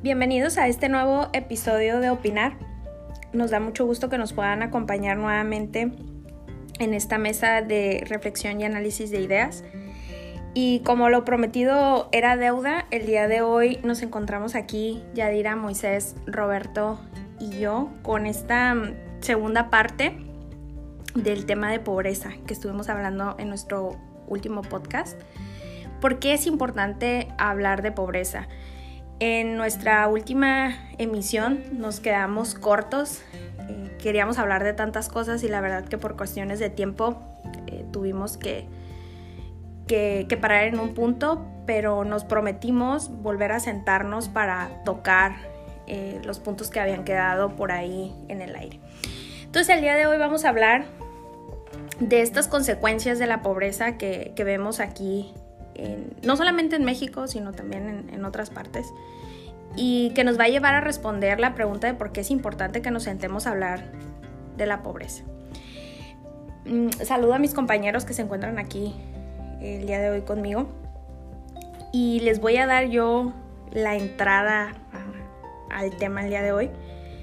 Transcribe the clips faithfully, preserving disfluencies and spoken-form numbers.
Bienvenidos a este nuevo episodio de Opinar. Nos da mucho gusto que nos puedan acompañar nuevamente en esta mesa de reflexión y análisis de ideas. Y como lo prometido era deuda, el día de hoy nos encontramos aquí, Yadira, Moisés, Roberto y yo, con esta segunda parte del tema de pobreza que estuvimos hablando en nuestro último podcast. ¿Por qué es importante hablar de pobreza? En nuestra última emisión nos quedamos cortos, eh, queríamos hablar de tantas cosas y la verdad que por cuestiones de tiempo eh, tuvimos que, que, que parar en un punto, pero nos prometimos volver a sentarnos para tocar eh, los puntos que habían quedado por ahí en el aire. Entonces el día de hoy vamos a hablar de estas consecuencias de la pobreza que, que vemos aquí. En, no solamente en México, sino también en, en otras partes, y que nos va a llevar a responder la pregunta de por qué es importante que nos sentemos a hablar de la pobreza. Mm, saludo a mis compañeros que se encuentran aquí el día de hoy conmigo y les voy a dar yo la entrada a, al tema el día de hoy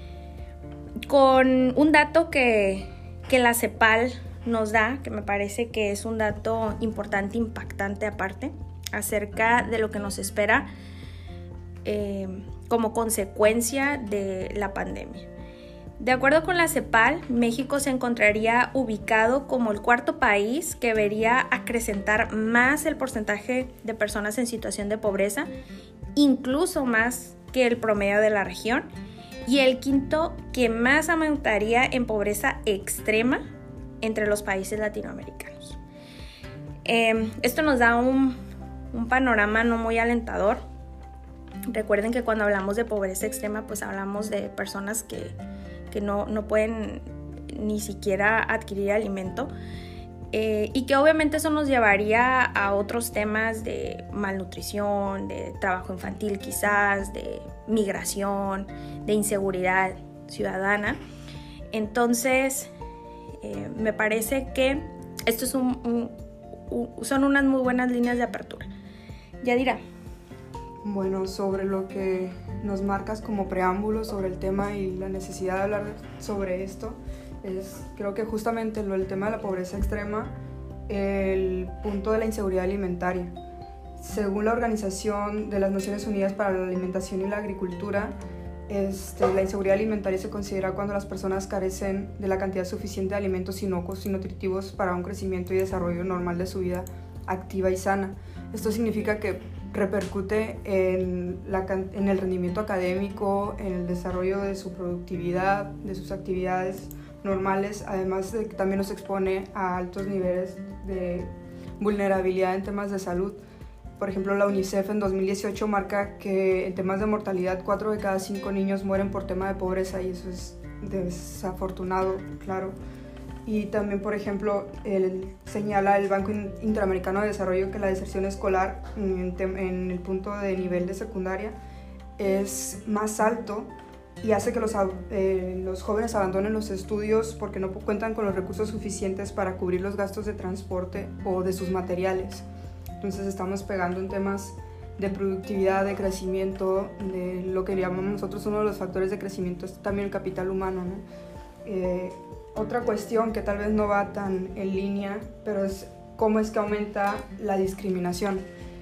con un dato que, que la CEPAL nos da, que me parece que es un dato importante, impactante aparte, acerca de lo que nos espera eh, como consecuencia de la pandemia. De acuerdo con la CEPAL, México se encontraría ubicado como el cuarto país que vería acrecentar más el porcentaje de personas en situación de pobreza, incluso más que el promedio de la región, y el quinto que más aumentaría en pobreza extrema entre los países latinoamericanos. Eh, esto nos da un, un panorama no muy alentador. Recuerden que cuando hablamos de pobreza extrema, pues hablamos de personas que, que no, no pueden ni siquiera adquirir alimento, eh, y que obviamente eso nos llevaría a otros temas de malnutrición, de trabajo infantil quizás, de migración, de inseguridad ciudadana. Entonces, Eh, me parece que esto es un, un, un, son unas muy buenas líneas de apertura. Yadira. Bueno, sobre lo que nos marcas como preámbulo sobre el tema y la necesidad de hablar sobre esto, es creo que justamente lo, el tema de la pobreza extrema, el punto de la inseguridad alimentaria. Según la Organización de las Naciones Unidas para la Alimentación y la Agricultura, Este, la inseguridad alimentaria se considera cuando las personas carecen de la cantidad suficiente de alimentos inocuos y nutritivos para un crecimiento y desarrollo normal de su vida activa y sana. Esto significa que repercute en, la, en el rendimiento académico, en el desarrollo de su productividad, de sus actividades normales, además de que también nos expone a altos niveles de vulnerabilidad en temas de salud. Por ejemplo, la UNICEF en dos mil dieciocho marca que en temas de mortalidad cuatro de cada cinco niños mueren por tema de pobreza, y eso es desafortunado, claro. Y también, por ejemplo, el, señala el Banco Interamericano de Desarrollo que la deserción escolar en, tem, en el punto de nivel de secundaria es más alto y hace que los, eh, los jóvenes abandonen los estudios porque no cuentan con los recursos suficientes para cubrir los gastos de transporte o de sus materiales. Entonces estamos pegando en temas de productividad, de crecimiento, de lo que llamamos nosotros uno de los factores de crecimiento, es también el capital humano, ¿no? Eh, otra cuestión que tal vez no va tan en línea, pero es cómo es que aumenta la discriminación.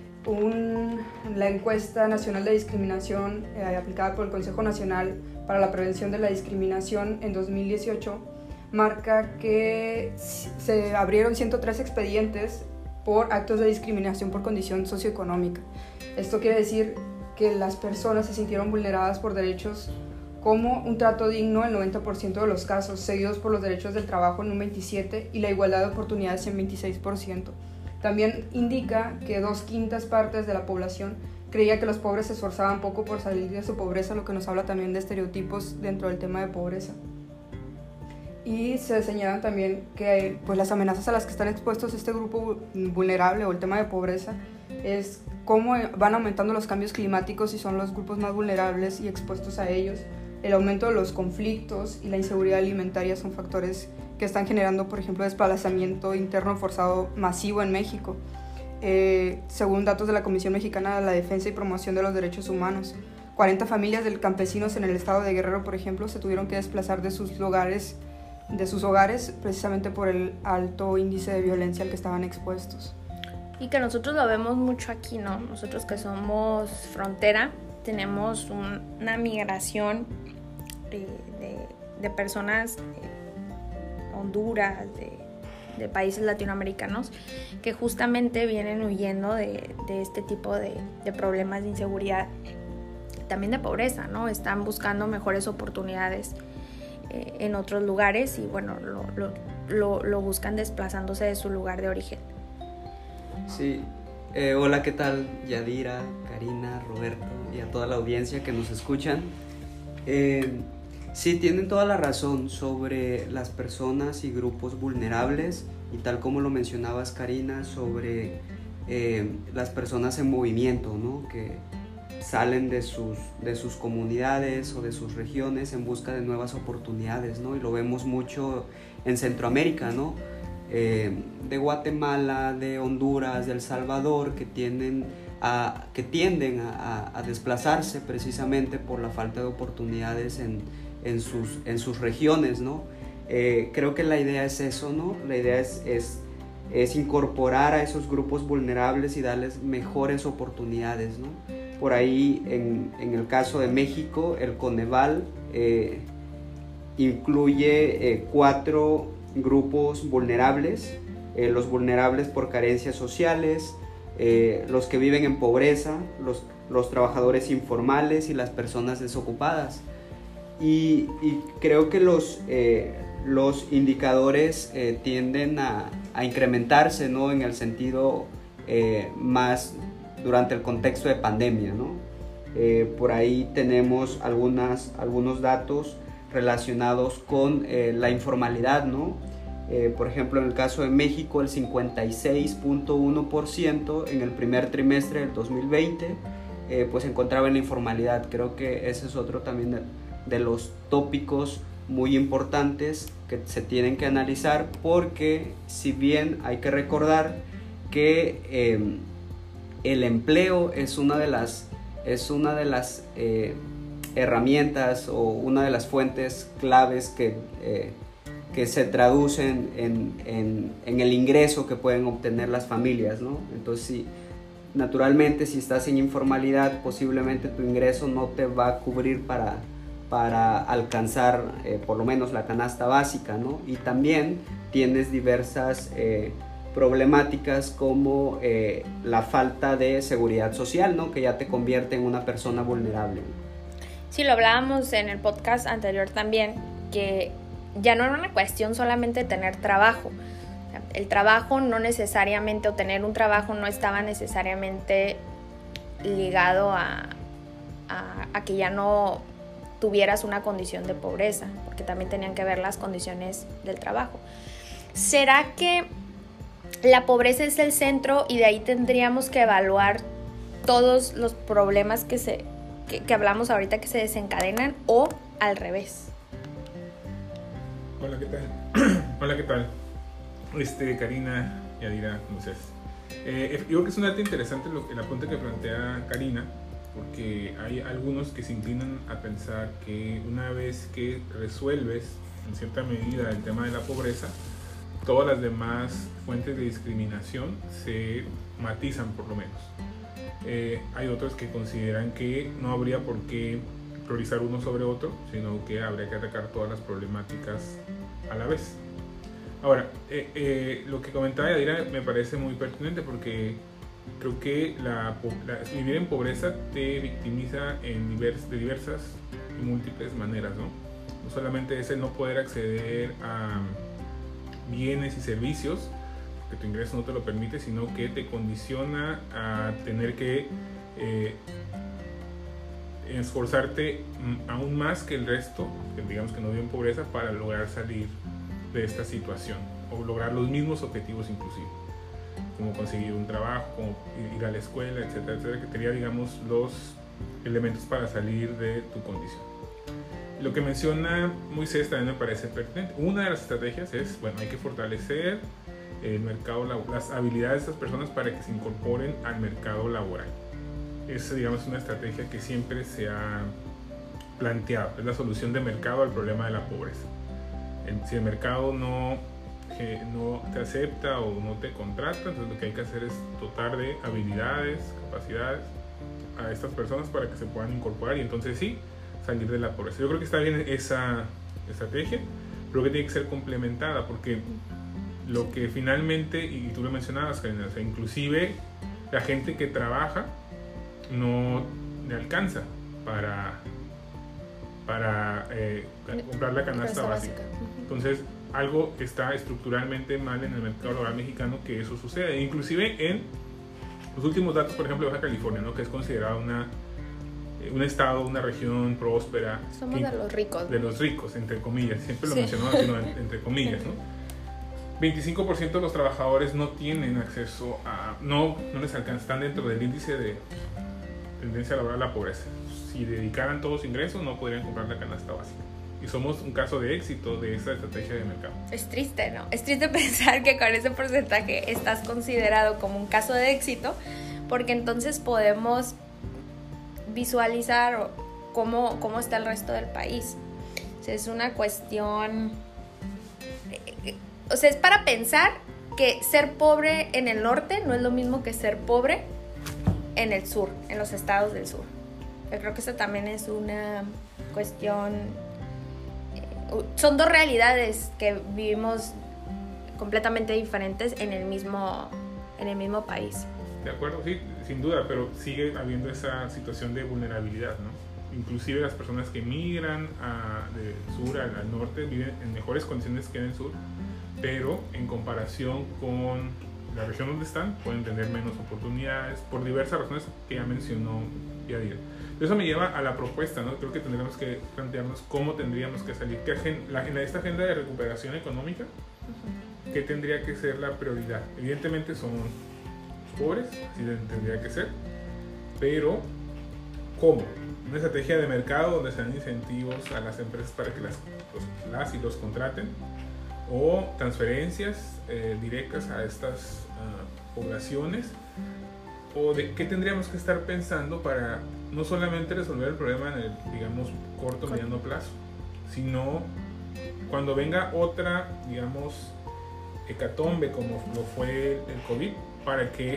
Un, la encuesta nacional de discriminación eh, aplicada por el Consejo Nacional para la Prevención de la Discriminación en dos mil dieciocho marca que se abrieron ciento tres expedientes por actos de discriminación por condición socioeconómica. Esto quiere decir que las personas se sintieron vulneradas por derechos como un trato digno en el noventa por ciento de los casos, seguidos por los derechos del trabajo en un veintisiete por ciento y la igualdad de oportunidades en veintiséis por ciento. También indica que dos quintas partes de la población creía que los pobres se esforzaban poco por salir de su pobreza, lo que nos habla también de estereotipos dentro del tema de pobreza. Y se señalan también que pues, las amenazas a las que están expuestos este grupo vulnerable o el tema de pobreza es cómo van aumentando los cambios climáticos y son los grupos más vulnerables y expuestos a ellos. El aumento de los conflictos y la inseguridad alimentaria son factores que están generando, por ejemplo, desplazamiento interno forzado masivo en México. eh, según datos de la Comisión Mexicana de la Defensa y Promoción de los Derechos Humanos. cuarenta familias de campesinos en el estado de Guerrero, por ejemplo, se tuvieron que desplazar de sus hogares, de sus hogares precisamente por el alto índice de violencia al que estaban expuestos. Y que nosotros lo vemos mucho aquí, ¿no? Nosotros que somos frontera, tenemos un, una migración de, de, de personas de Honduras, de, de países latinoamericanos, que justamente vienen huyendo de, de este tipo de, de problemas de inseguridad, también de pobreza, ¿no? Están buscando mejores oportunidades eh, en otros lugares y bueno, lo, lo, lo, lo buscan desplazándose de su lugar de origen. Sí, eh, hola, ¿qué tal? Yadira, Karina, Roberto y a toda la audiencia que nos escuchan. Eh, sí, tienen toda la razón sobre las personas y grupos vulnerables y tal como lo mencionabas, Karina, sobre eh, las personas en movimiento, ¿no? Que salen de sus, de sus comunidades o de sus regiones en busca de nuevas oportunidades, ¿no? Y lo vemos mucho en Centroamérica, ¿no? Eh, de Guatemala, de Honduras, de El Salvador, que tienden a, que tienden a, a desplazarse precisamente por la falta de oportunidades en, en, sus, en sus regiones, ¿no? Eh, creo que la idea es eso, ¿no? La idea es, es, es incorporar a esos grupos vulnerables y darles mejores oportunidades, ¿no? Por ahí, en, en el caso de México, el Coneval eh, incluye eh, cuatro grupos vulnerables, eh, los vulnerables por carencias sociales, eh, los que viven en pobreza, los, los trabajadores informales y las personas desocupadas. Y, y creo que los, eh, los indicadores eh, tienden a, a incrementarse, ¿no? En el sentido eh, más durante el contexto de pandemia, ¿no? Eh, por ahí tenemos algunas, algunos datos relacionados con eh, la informalidad, ¿no? Eh, por ejemplo, en el caso de México, el cincuenta y seis punto uno por ciento en el primer trimestre del dos mil veinte eh, pues se encontraba en la informalidad. Creo que ese es otro también de, de los tópicos muy importantes que se tienen que analizar, porque si bien hay que recordar que eh, el empleo es una de las, es una de las eh, herramientas o una de las fuentes claves que, eh, que se traducen en, en, en el ingreso que pueden obtener las familias, ¿no? Entonces, sí, naturalmente, si estás en informalidad, posiblemente tu ingreso no te va a cubrir para, para alcanzar eh, por lo menos la canasta básica, ¿no? Y también tienes diversas eh, problemáticas como eh, la falta de seguridad social, ¿no? Que ya te convierte en una persona vulnerable. Sí, lo hablábamos en el podcast anterior también, que ya no era una cuestión solamente de tener trabajo. El trabajo no necesariamente, o tener un trabajo no estaba necesariamente ligado a, a, a que ya no tuvieras una condición de pobreza, porque también tenían que ver las condiciones del trabajo. ¿Será que la pobreza es el centro y de ahí tendríamos que evaluar todos los problemas que se que, que hablamos ahorita que se desencadenan, o al revés? Hola, ¿qué tal? Hola, ¿qué tal? Este, Karina, Yadira, ¿cómo estás? Eh, yo creo que es un dato interesante lo, el apunte que plantea Karina, porque hay algunos que se inclinan a pensar que una vez que resuelves en cierta medida el tema de la pobreza, todas las demás fuentes de discriminación se matizan, por lo menos. Eh, hay otros que consideran que no habría por qué priorizar uno sobre otro, sino que habría que atacar todas las problemáticas a la vez. Ahora, eh, eh, lo que comentaba Yadira me parece muy pertinente, porque creo que la, la, vivir en pobreza te victimiza en divers, de diversas y múltiples maneras, ¿no? No solamente es el no poder acceder a bienes y servicios, que tu ingreso no te lo permite, sino que te condiciona a tener que eh, esforzarte aún más que el resto, que digamos que no vive en pobreza, para lograr salir de esta situación o lograr los mismos objetivos, inclusive como conseguir un trabajo, como ir a la escuela, etcétera, etcétera, que tenía, digamos, los elementos para salir de tu condición. Lo que menciona Moisés también me parece pertinente. Una de las estrategias es, bueno, hay que fortalecer el mercado, las habilidades de estas personas para que se incorporen al mercado laboral. es, digamos, una estrategia que siempre se ha planteado. Es la solución de mercado al problema de la pobreza. Si el mercado no, que no te acepta o no te contrata, entonces lo que hay que hacer es dotar de habilidades, capacidades a estas personas para que se puedan incorporar y entonces sí, salir de la pobreza. Yo creo que está bien esa estrategia, pero que tiene que ser complementada, porque lo que finalmente, y tú lo mencionabas, Karina, o sea, inclusive la gente que trabaja no le alcanza para, para eh, comprar la canasta básica. Entonces, algo está estructuralmente mal en el mercado laboral mexicano que eso sucede. Inclusive en los últimos datos, por ejemplo, de Baja California, ¿no? Que es considerada una, un estado, una región próspera. Somos de los ricos. De los ricos, entre comillas. Siempre lo sí. mencionamos así, ¿no? entre comillas, ¿no? veinticinco por ciento de los trabajadores no tienen acceso a... No, no les alcanzan, están dentro del índice de tendencia laboral a la pobreza. Si dedicaran todos sus ingresos, no podrían comprar la canasta básica. Y somos un caso de éxito de esta estrategia de mercado. Es triste, ¿no? Es triste pensar que con ese porcentaje estás considerado como un caso de éxito, porque entonces podemos visualizar cómo, cómo está el resto del país. O sea, es una cuestión... O sea, es para pensar que ser pobre en el norte no es lo mismo que ser pobre en el sur, en los estados del sur. Yo creo que eso también es una cuestión... Son dos realidades que vivimos completamente diferentes en el mismo, en el mismo país. De acuerdo, sí, sin duda, pero sigue habiendo esa situación de vulnerabilidad, ¿no? Inclusive las personas que migran a, del sur al, al norte viven en mejores condiciones que en el sur, pero en comparación con la región donde están pueden tener menos oportunidades por diversas razones que ya mencionó Yadira. Eso me lleva a la propuesta, ¿no? Creo que tendríamos que plantearnos cómo tendríamos que salir. ¿Qué agen- la, en esta agenda de recuperación económica, uh-huh. ¿qué tendría que ser la prioridad? Evidentemente son los pobres, así tendría que ser, pero ¿cómo? Una estrategia de mercado donde se dan incentivos a las empresas para que las, los, las y los contraten, o transferencias eh, directas a estas uh, poblaciones, o de qué tendríamos que estar pensando para no solamente resolver el problema en el, digamos, corto o mediano plazo, sino cuando venga otra, digamos, hecatombe como lo fue el COVID, para que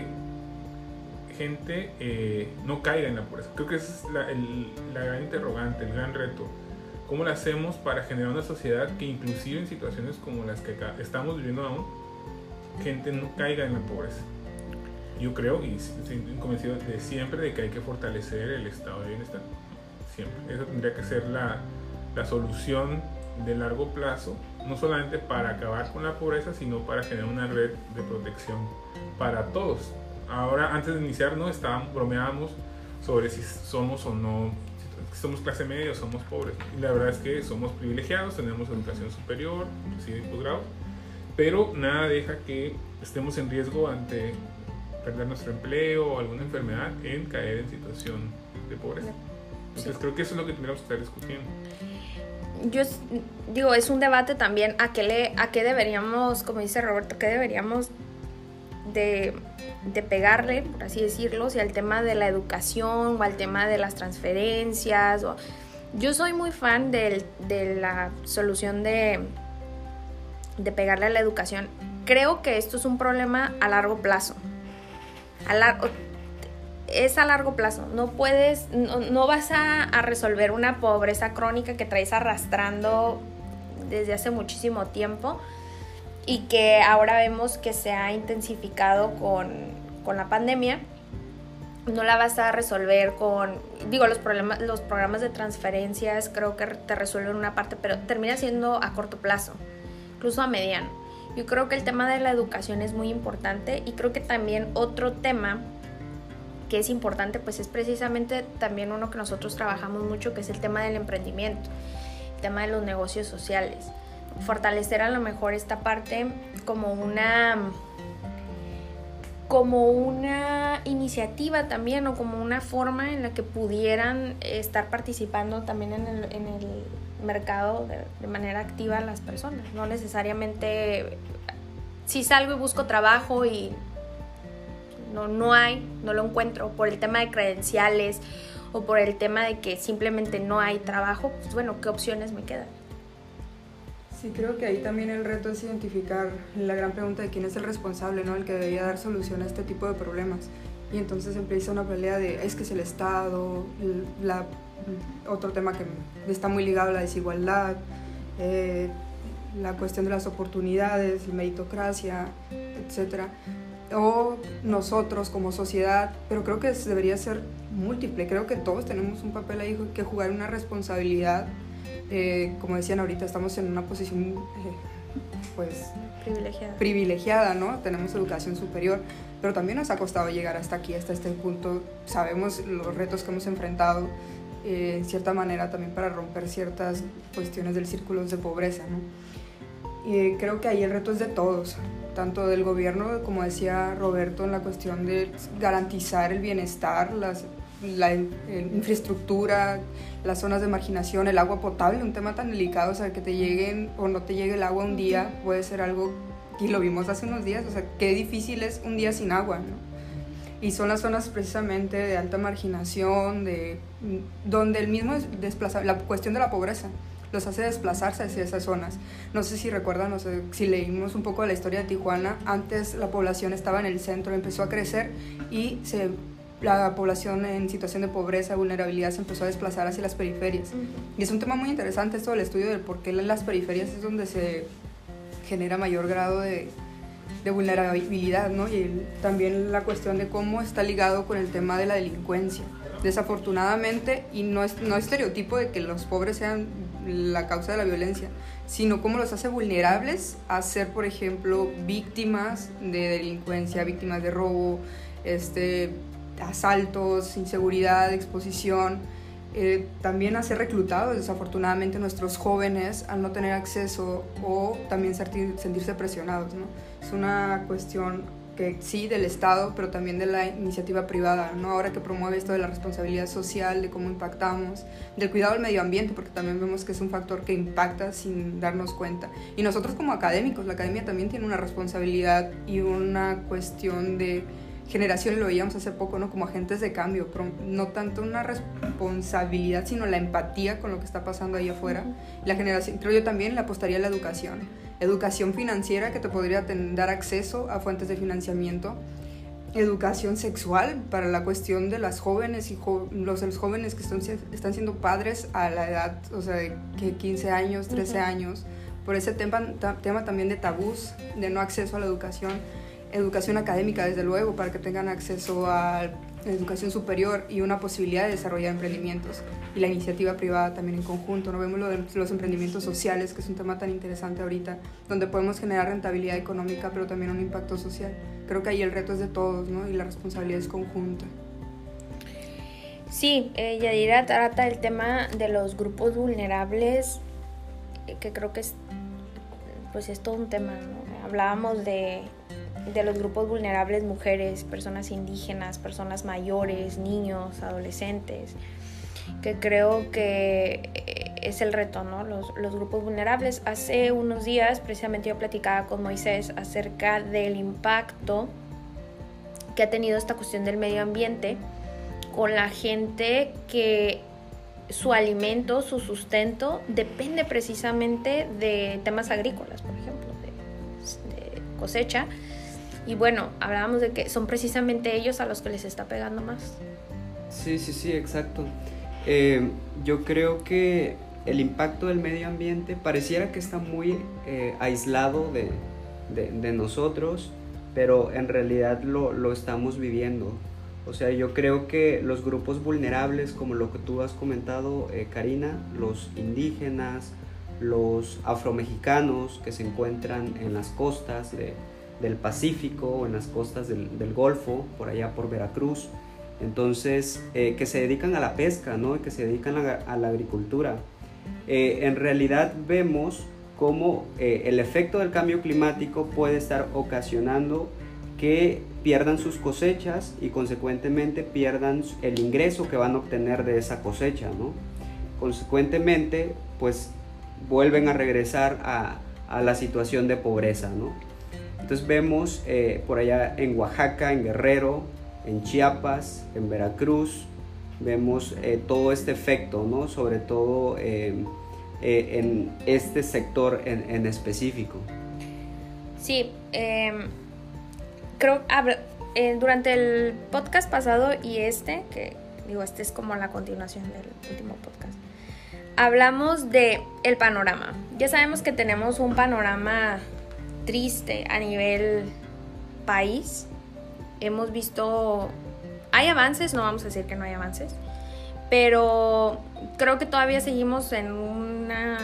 gente eh, no caiga en la pobreza. Creo que esa es la, el, la gran interrogante, el gran reto. ¿Cómo lo hacemos para generar una sociedad que inclusive en situaciones como las que acá estamos viviendo aún, gente no caiga en la pobreza? Yo creo y estoy convencido de siempre de que hay que fortalecer el estado de bienestar. Siempre. Esa tendría que ser la, la solución de largo plazo, no solamente para acabar con la pobreza, sino para generar una red de protección para todos. Ahora, antes de iniciar, ¿no? Estábamos, bromeábamos sobre si somos o no, si somos clase media o somos pobres. Y la verdad es que somos privilegiados, tenemos educación superior, inclusive posgrado, pero nada deja que estemos en riesgo ante perder nuestro empleo o alguna enfermedad en caer en situación de pobreza. Entonces sí. Creo que eso es lo que tendríamos que estar discutiendo. Yo digo, es un debate también a qué, le, a qué deberíamos, como dice Roberto, qué deberíamos de, de pegarle, por así decirlo, si al tema de la educación o al tema de las transferencias. O, yo soy muy fan del, de la solución de, de pegarle a la educación. Creo que esto es un problema a largo plazo. A largo, es a largo plazo. No puedes, no, no vas a, a resolver una pobreza crónica que traes arrastrando desde hace muchísimo tiempo y que ahora vemos que se ha intensificado con, con la pandemia. No la vas a resolver con, digo, los problemas, los programas de transferencias creo que te resuelven una parte, pero termina siendo a corto plazo, incluso a mediano. Yo creo que el tema de la educación es muy importante y creo que también otro tema que es importante pues es precisamente también uno que nosotros trabajamos mucho, que es el tema del emprendimiento, el tema de los negocios sociales. Fortalecer a lo mejor esta parte como una, como una iniciativa también, o como una forma en la que pudieran estar participando también en el, en el mercado de, de manera activa las personas. No necesariamente si salgo y busco trabajo y no, no hay, no lo encuentro por el tema de credenciales o por el tema de que simplemente no hay trabajo, pues bueno, ¿qué opciones me quedan? Sí, creo que ahí también el reto es identificar la gran pregunta de quién es el responsable, ¿no? El que debería dar solución a este tipo de problemas. Y entonces empieza una pelea de, es que es el Estado, la, otro tema que está muy ligado a la desigualdad, eh, la cuestión de las oportunidades, la meritocracia, etcétera. O nosotros como sociedad, pero creo que debería ser múltiple. Creo que todos tenemos un papel ahí que jugar, una responsabilidad. Eh, como decían ahorita, estamos en una posición eh, pues privilegiada. privilegiada, ¿no? Tenemos educación superior, pero también nos ha costado llegar hasta aquí, hasta este punto. Sabemos los retos que hemos enfrentado, eh, en cierta manera también para romper ciertas cuestiones del círculo de pobreza, ¿no? Y eh, creo que ahí el reto es de todos, tanto del gobierno, como decía Roberto, en la cuestión de garantizar el bienestar, las la eh, infraestructura, las zonas de marginación, el agua potable, un tema tan delicado, o sea, que te lleguen o no te llegue el agua un día puede ser algo, y lo vimos hace unos días, o sea, qué difícil es un día sin agua, ¿no? Y son las zonas precisamente de alta marginación, de, donde el mismo desplaza, la cuestión de la pobreza los hace desplazarse hacia esas zonas. No sé si recuerdan, no sé, si leímos un poco de la historia de Tijuana, antes la población estaba en el centro, empezó a crecer y se... la población en situación de pobreza, vulnerabilidad, se empezó a desplazar hacia las periferias. Uh-huh. Y es un tema muy interesante esto del estudio del por qué en las periferias es donde se genera mayor grado de, de vulnerabilidad, ¿no? Y el, también la cuestión de cómo está ligado con el tema de la delincuencia. Desafortunadamente, y no es no estereotipo de que los pobres sean la causa de la violencia, sino cómo los hace vulnerables a ser, por ejemplo, víctimas de delincuencia, víctimas de robo, este... asaltos, inseguridad, exposición, eh, también a ser reclutados desafortunadamente nuestros jóvenes al no tener acceso o también sentir, sentirse presionados, ¿no? Es una cuestión que sí del Estado, pero también de la iniciativa privada, ¿no? Ahora que promueve esto de la responsabilidad social, de cómo impactamos, del cuidado del medio ambiente, porque también vemos que es un factor que impacta sin darnos cuenta. Y nosotros como académicos, la academia también tiene una responsabilidad y una cuestión de generación, lo veíamos hace poco, ¿no? Como agentes de cambio, pero no tanto una responsabilidad, sino la empatía con lo que está pasando ahí afuera. Uh-huh. La generación, creo yo también le apostaría a la educación, educación financiera que te podría ten, dar acceso a fuentes de financiamiento, educación sexual para la cuestión de las jóvenes y jo- los, los jóvenes que están, están siendo padres a la edad, o sea, de que quince años, trece uh-huh. años, por ese tema, ta, tema también de tabús, de no acceso a la educación. Educación académica, desde luego, para que tengan acceso a educación superior y una posibilidad de desarrollar emprendimientos. Y la iniciativa privada también en conjunto. No vemos lo de los emprendimientos sociales, que es un tema tan interesante ahorita, donde podemos generar rentabilidad económica, pero también un impacto social. Creo que ahí el reto es de todos, ¿no? Y la responsabilidad es conjunta. Sí, eh, Yadira trata el tema de los grupos vulnerables, que creo que es, pues es todo un tema, ¿no? Hablábamos de... de los grupos vulnerables, mujeres, personas indígenas, personas mayores, niños, adolescentes, que creo que es el reto, ¿no? Los, los grupos vulnerables. Hace unos días precisamente yo platicaba con Moisés acerca del impacto que ha tenido esta cuestión del medio ambiente con la gente que su alimento, su sustento depende precisamente de temas agrícolas, por ejemplo, de, de cosecha. Y bueno, hablábamos de que son precisamente ellos a los que les está pegando más. Sí, sí, sí, exacto. Eh, yo creo que el impacto del medio ambiente pareciera que está muy eh, aislado de, de, de nosotros, pero en realidad lo, lo estamos viviendo. O sea, yo creo que los grupos vulnerables, como lo que tú has comentado, eh, Karina, los indígenas, los afromexicanos que se encuentran en las costas de del Pacífico o en las costas del, del Golfo, por allá por Veracruz, entonces eh, que se dedican a la pesca, ¿no? Que se dedican a, a la agricultura. Eh, en realidad vemos cómo eh, el efecto del cambio climático puede estar ocasionando que pierdan sus cosechas y consecuentemente pierdan el ingreso que van a obtener de esa cosecha, ¿no? Consecuentemente, pues vuelven a regresar a, a la situación de pobreza, ¿no? Entonces vemos eh, por allá en Oaxaca, en Guerrero, en Chiapas, en Veracruz, vemos eh, todo este efecto, ¿no? Sobre todo eh, eh, en este sector en, en específico. Sí, eh, creo que eh, durante el podcast pasado y este, que digo, este es como la continuación del último podcast, hablamos de el panorama. Ya sabemos que tenemos un panorama triste a nivel país. Hemos visto, hay avances, no vamos a decir que no hay avances, pero creo que todavía seguimos en una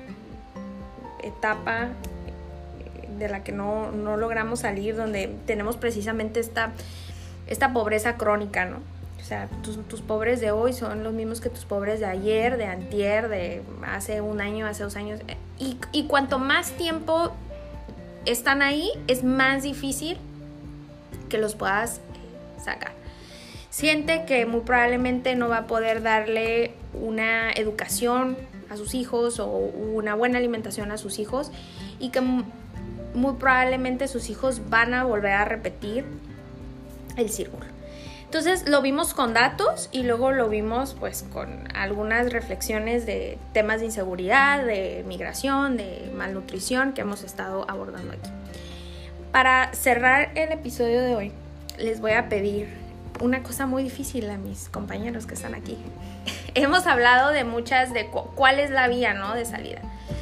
etapa de la que no, no logramos salir, donde tenemos precisamente esta, esta pobreza crónica, ¿no? O sea, tus, tus pobres de hoy son los mismos que tus pobres de ayer, de antier, de hace un año, hace dos años. Y, y cuanto más tiempo están ahí, es más difícil que los puedas sacar. Siente que muy probablemente no va a poder darle una educación a sus hijos o una buena alimentación a sus hijos, y que muy probablemente sus hijos van a volver a repetir el círculo. Entonces lo vimos con datos y luego lo vimos pues con algunas reflexiones de temas de inseguridad, de migración, de malnutrición que hemos estado abordando aquí. Para cerrar el episodio de hoy, les voy a pedir una cosa muy difícil a mis compañeros que están aquí. Hemos hablado de muchas, de cu- cuál es la vía, ¿no?, de salida.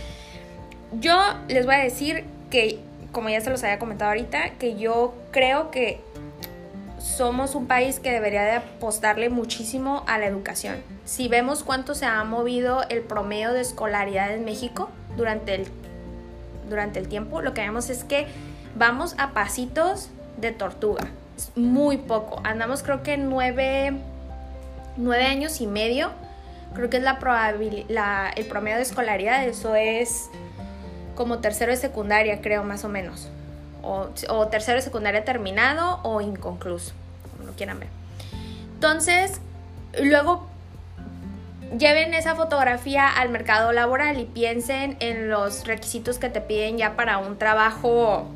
Yo les voy a decir que, como ya se los había comentado ahorita, que yo creo que somos un país que debería de apostarle muchísimo a la educación. Si vemos cuánto se ha movido el promedio de escolaridad en México durante el, durante el tiempo, lo que vemos es que vamos a pasitos de tortuga. Es muy poco. Andamos creo que nueve, nueve años y medio. Creo que es la probabil- la, el promedio de escolaridad. Eso es como tercero de secundaria, creo, más o menos. O, o tercero de secundaria terminado o inconcluso, como lo quieran ver. Entonces, luego lleven esa fotografía al mercado laboral y piensen en los requisitos que te piden ya para un trabajo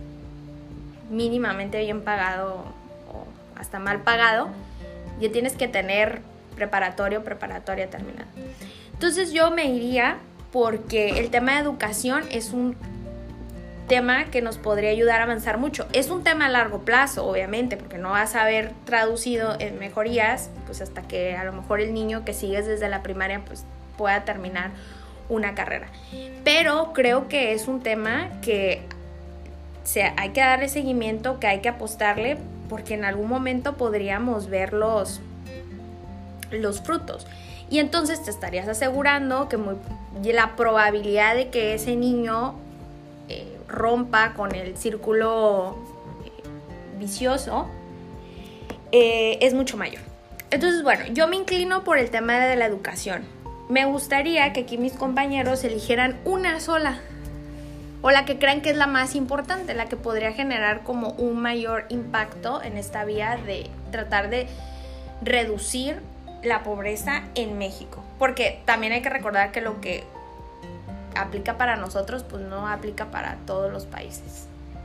mínimamente bien pagado o hasta mal pagado. Ya tienes que tener preparatorio, preparatoria terminada. Entonces yo me iría porque el tema de educación es un tema que nos podría ayudar a avanzar mucho. Es un tema a largo plazo, obviamente, porque no vas a ver traducido en mejorías pues hasta que a lo mejor el niño que sigues desde la primaria pues pueda terminar una carrera. Pero creo que es un tema que se, hay que darle seguimiento, que hay que apostarle, porque en algún momento podríamos ver los, los frutos. Y entonces te estarías asegurando que muy, la probabilidad de que ese niño eh, rompa con el círculo eh, vicioso eh, es mucho mayor. Entonces, bueno, yo me inclino por el tema de la educación. Me gustaría que aquí mis compañeros eligieran una sola, o la que crean que es la más importante, la que podría generar como un mayor impacto en esta vía de tratar de reducir la pobreza en México. Porque también hay que recordar que lo que aplica para nosotros pues no aplica para todos los países.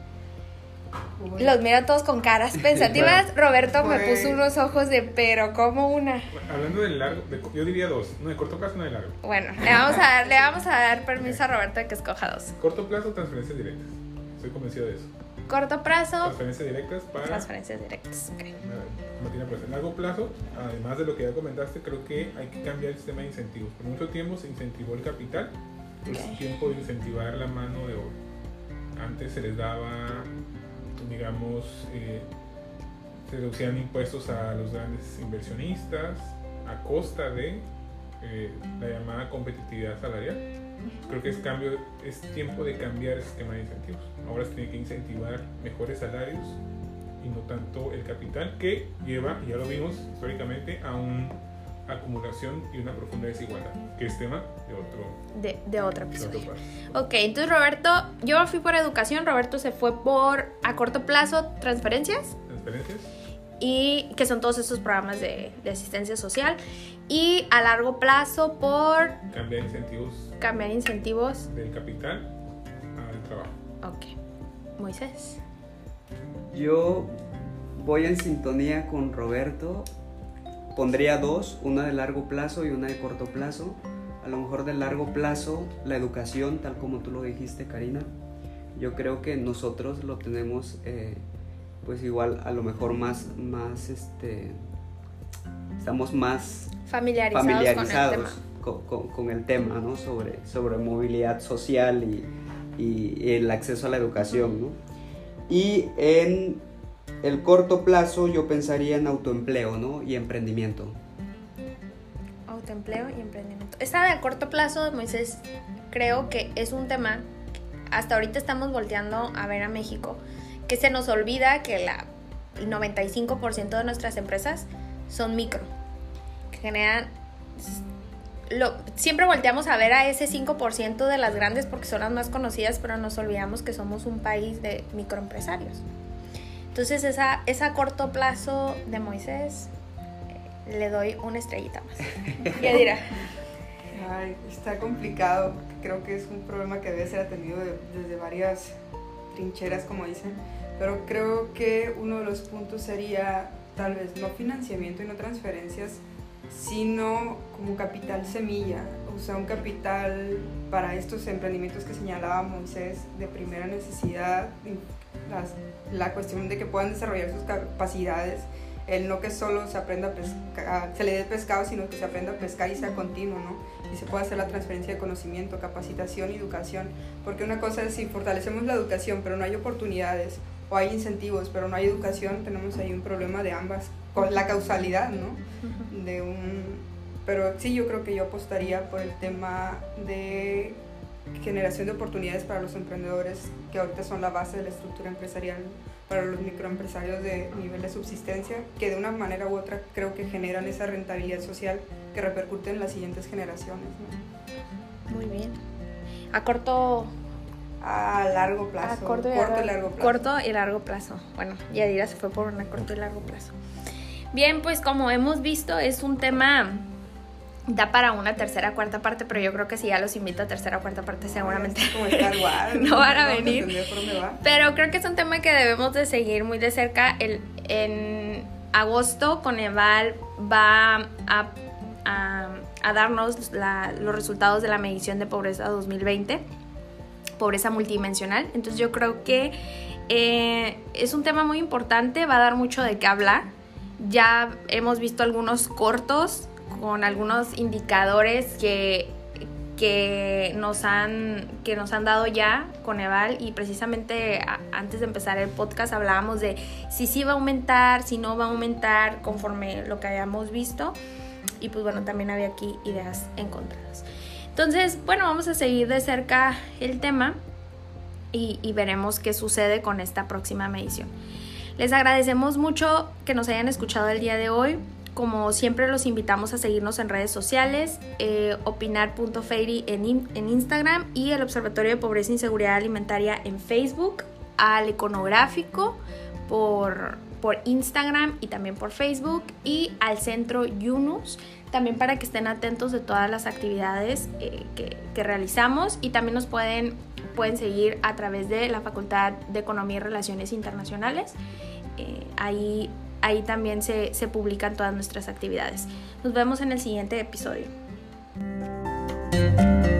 Uy. Los miro todos con caras pensativas. Roberto me puso unos ojos de pero como una. Hablando de largo, de, yo diría dos, no de corto plazo, no de largo. Bueno, le vamos a dar, le vamos a dar permiso a Roberto de que escoja dos. Corto plazo, transferencias directas. Estoy convencido de eso. Corto plazo, transferencias directas para transferencias directas. Okay. Martina, pues en largo plazo, además de lo que ya comentaste, creo que hay que cambiar el sistema de incentivos. Por mucho tiempo se incentivó el capital, okay. Es tiempo de incentivar la mano de obra. Antes se les daba, digamos, eh, se reducían impuestos a los grandes inversionistas a costa de eh, la llamada competitividad salarial. Creo que es, cambio, es tiempo de cambiar el sistema de incentivos. Ahora se tiene que incentivar mejores salarios y no tanto el capital, que lleva, y ya lo vimos históricamente, a una acumulación y una profunda desigualdad, que es tema de otro, de, de otro episodio. De otro ok, entonces Roberto, yo fui por educación, Roberto se fue por a corto plazo transferencias. Transferencias. Y que son todos esos programas de, de asistencia social. Y a largo plazo por cambiar incentivos cambiar incentivos del capital al trabajo. Ok, Moisés. Yo voy en sintonía con Roberto. Pondría dos, una de largo plazo y una de corto plazo. A lo mejor de largo plazo, la educación, tal como tú lo dijiste, Karina. Yo creo que nosotros lo tenemos, eh, pues igual, a lo mejor más, más, este, estamos más familiarizados, familiarizados con el tema, con, con, con el tema, ¿no? Sobre, sobre movilidad social y, y, y el acceso a la educación, ¿no? Y en el corto plazo yo pensaría en autoempleo, ¿no? Y emprendimiento. Autoempleo y emprendimiento. Esta de corto plazo, Moisés, creo que es un tema que hasta ahorita estamos volteando a ver a México, que se nos olvida que la, el noventa y cinco por ciento de nuestras empresas son micro, que generan... Lo, siempre volteamos a ver a ese cinco por ciento de las grandes porque son las más conocidas, pero nos olvidamos que somos un país de microempresarios. Entonces esa, esa corto plazo de Moisés, eh, le doy una estrellita más. Ya dirá. Ay, está complicado. Creo que es un problema que debe ser atendido de, desde varias trincheras, como dicen. Pero creo que uno de los puntos sería tal vez no financiamiento y no transferencias, sino como capital semilla, o sea, un capital para estos emprendimientos que señalaba Moisés de primera necesidad, las, la cuestión de que puedan desarrollar sus capacidades, el no que solo se aprenda a pescar, se le dé pescado, sino que se aprenda a pescar y sea continuo, ¿no? Y se pueda hacer la transferencia de conocimiento, capacitación y educación, porque una cosa es si fortalecemos la educación, pero no hay oportunidades, o hay incentivos, pero no hay educación, tenemos ahí un problema de ambas, con la causalidad, ¿no? De un, pero sí, yo creo que yo apostaría por el tema de generación de oportunidades para los emprendedores, que ahorita son la base de la estructura empresarial, para los microempresarios de nivel de subsistencia, que de una manera u otra creo que generan esa rentabilidad social que repercute en las siguientes generaciones, ¿no? Muy bien. A corto... A largo plazo. A corto, y, corto largo, y largo plazo. Corto y largo plazo. Bueno, Yadira se fue por una corto y largo plazo. Bien, pues como hemos visto, es un tema, da para una tercera, cuarta parte, pero yo creo que si ya los invito a tercera o cuarta parte, seguramente como Star Wars, no van a no venir. Por dónde va. Pero creo que es un tema que debemos de seguir muy de cerca. El, en agosto, Coneval va a, a, a darnos la, los resultados de la medición de pobreza dos mil veinte, pobreza multidimensional. Entonces yo creo que eh, es un tema muy importante, va a dar mucho de qué hablar. Ya hemos visto algunos cortos con algunos indicadores que, que, nos, han, que nos han dado ya Coneval, y precisamente a, antes de empezar el podcast hablábamos de si sí va a aumentar, si no va a aumentar conforme lo que hayamos visto, y pues bueno, también había aquí ideas encontradas. Entonces, bueno, vamos a seguir de cerca el tema y, y veremos qué sucede con esta próxima medición. Les agradecemos mucho que nos hayan escuchado el día de hoy. Como siempre, los invitamos a seguirnos en redes sociales, eh, opinar punto fairy en, in, en Instagram, y el Observatorio de Pobreza e Inseguridad Alimentaria en Facebook, al Iconográfico por, por Instagram y también por Facebook, y al Centro Yunus, también para que estén atentos de todas las actividades eh, que, que realizamos, y también nos pueden, pueden seguir a través de la Facultad de Economía y Relaciones Internacionales. Eh, ahí, ahí también se, se publican todas nuestras actividades. Nos vemos en el siguiente episodio.